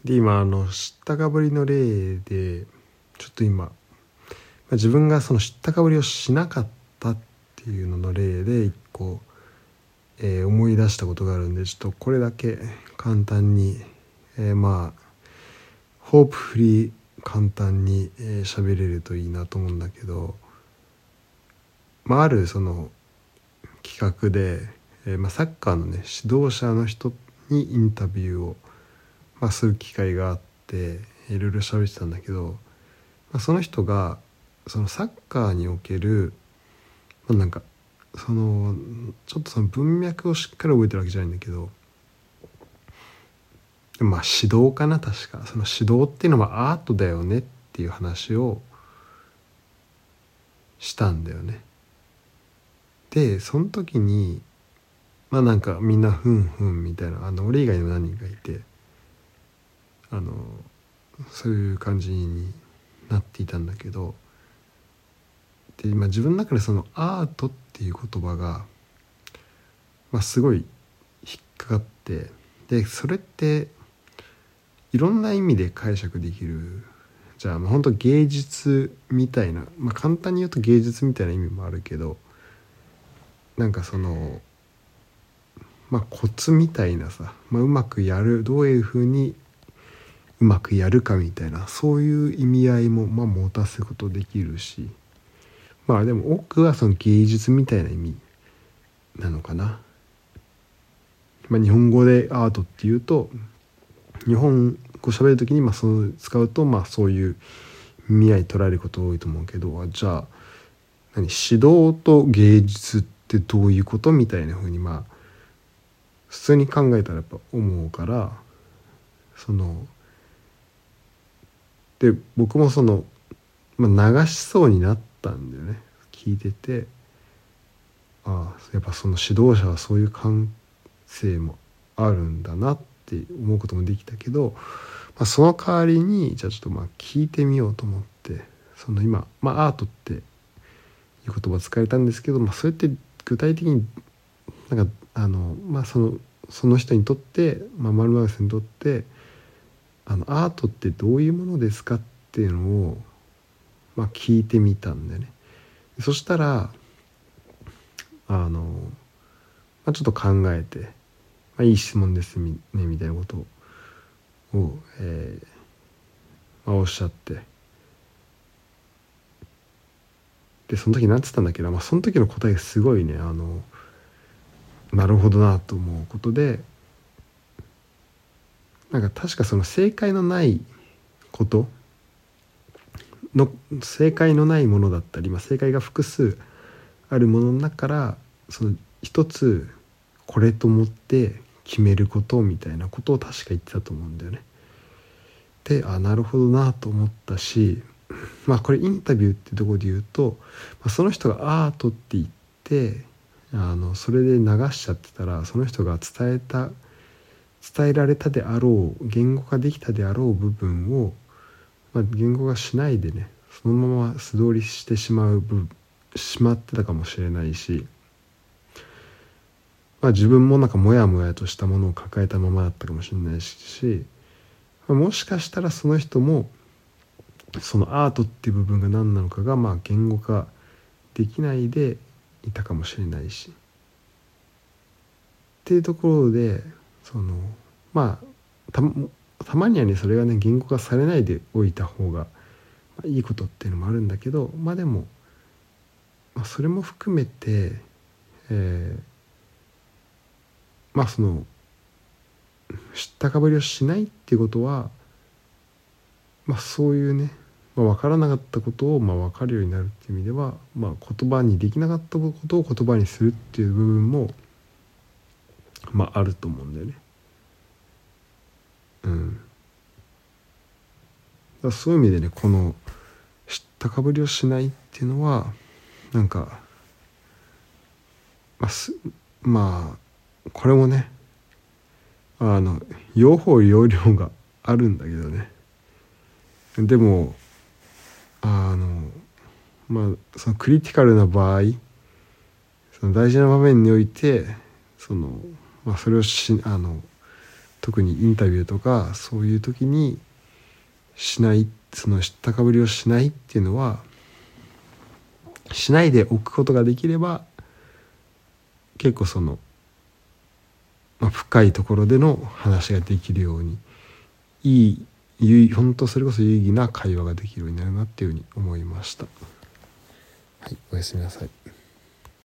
で今知ったかぶりの例でちょっと今、自分がその知ったかぶりをしなかったっていうのの例で一個、思い出したことがあるんで、ちょっとこれだけ簡単に、ホープフリー簡単に喋れるといいなと思うんだけど、あるその企画で、サッカーのね指導者の人にインタビューを、する機会があっていろいろ喋ってたんだけど、その人がそのサッカーにおける、なんかそのちょっとその文脈をしっかり覚えてるわけじゃないんだけど、指導かな、確かその指導っていうのはアートだよねっていう話をしたんだよね。でその時にみんなふんふんみたいな、俺以外にも何人かいて、そういう感じになっていたんだけど、で自分の中でそのアートっていう言葉が、すごい引っかかって、でそれっていろんな意味で解釈できる。じゃあ本当芸術みたいな、簡単に言うと芸術みたいな意味もあるけど、そのコツみたいなさ、うまくやる、どういうふうにうまくやるかみたいな、そういう意味合いも持たすことできるし、でも多くはその芸術みたいな意味なのかな。日本語でアートっていうと、日本語喋る時にその使うとそういう意味合い捉えること多いと思うけど、じゃあ指導と芸術ってどういうことみたいな風に普通に考えたらやっぱ思うから、で僕も流しそうになったんだよね、聞いてて。やっぱその指導者はそういう感性もあるんだなって思うこともできたけど、その代わりにじゃあちょっと聞いてみようと思って、今、アートっていう言葉使えたんですけど、それって具体的にその人にとって、丸永さんにとってアートってどういうものですかっていうのを聞いてみたんだよね。そしたらちょっと考えて、いい質問ですねみたいなことを、おっしゃって、でその時何て言ったんだっけな、その時の答えがすごいね、なるほどなと思うことで、確かその正解のないことの、正解のないものだったり、正解が複数あるものの中からその一つこれと思って決めることみたいなことを確か言ってたと思うんだよね。でなるほどなと思ったし、これインタビューってところで言うと、その人がアートって言ってそれで流しちゃってたら、その人が伝えられたであろう、言語化できたであろう部分を、言語化しないでね、そのまま素通りしてしまってたかもしれないし、自分もモヤモヤとしたものを抱えたままだったかもしれないし、もしかしたらその人もそのアートっていう部分が何なのかが言語化できないでいたかもしれないしっていうところで、たまにはね、それがね言語化されないでおいた方がいいことっていうのもあるんだけど、でも、それも含めて、その知ったかぶりをしないっていうことは、そういうね、分からなかったことを分かるようになるっていう意味では、言葉にできなかったことを言葉にするっていう部分もあると思うんだよね。そういう意味でね、この知ったかぶりをしないっていうのはこれもね用法用量があるんだけどね。でもそのクリティカルな場合、その大事な場面においてそれを特にインタビューとかそういう時にしない、その知ったかぶりをしないっていうのは、しないでおくことができれば結構その、深いところでの話ができるように、本当それこそ有意義な会話ができるようになるなっていうふうに思いました。はい、おやすみなさい。